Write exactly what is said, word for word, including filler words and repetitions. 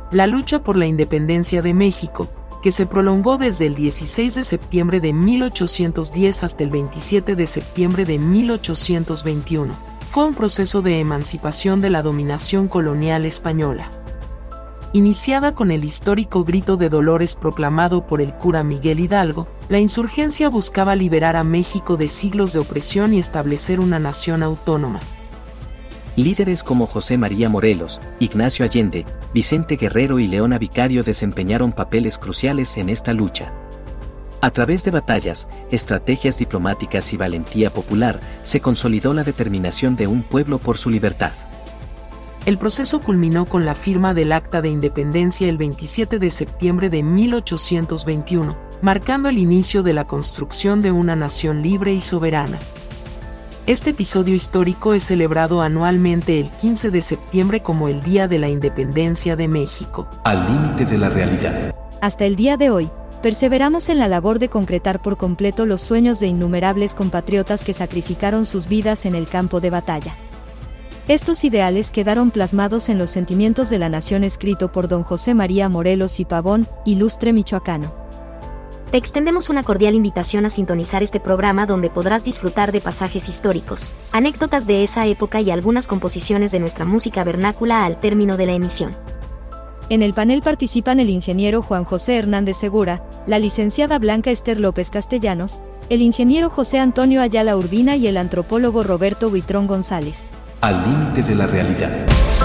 La lucha por la independencia de México, que se prolongó desde el dieciséis de septiembre de mil ochocientos diez hasta el veintisiete de septiembre de mil ochocientos veintiuno, fue un proceso de emancipación de la dominación colonial española. Iniciada con el histórico Grito de Dolores proclamado por el cura Miguel Hidalgo, la insurgencia buscaba liberar a México de siglos de opresión y establecer una nación autónoma. Líderes como José María Morelos, Ignacio Allende, Vicente Guerrero y Leona Vicario desempeñaron papeles cruciales en esta lucha. A través de batallas, estrategias diplomáticas y valentía popular, se consolidó la determinación de un pueblo por su libertad. El proceso culminó con la firma del Acta de Independencia el veintisiete de septiembre de mil ochocientos veintiuno, marcando el inicio de la construcción de una nación libre y soberana. Este episodio histórico es celebrado anualmente el quince de septiembre como el Día de la Independencia de México. Al límite de la realidad. Hasta el día de hoy, perseveramos en la labor de concretar por completo los sueños de innumerables compatriotas que sacrificaron sus vidas en el campo de batalla. Estos ideales quedaron plasmados en los sentimientos de la nación escrito por don José María Morelos y Pavón, ilustre michoacano. Te extendemos una cordial invitación a sintonizar este programa donde podrás disfrutar de pasajes históricos, anécdotas de esa época y algunas composiciones de nuestra música vernácula al término de la emisión. En el panel participan el ingeniero Juan José Hernández Segura, la licenciada Blanca Esther López Castellanos, el ingeniero José Antonio Ayala Urbina y el antropólogo Roberto Buitrón González. Al límite de la realidad.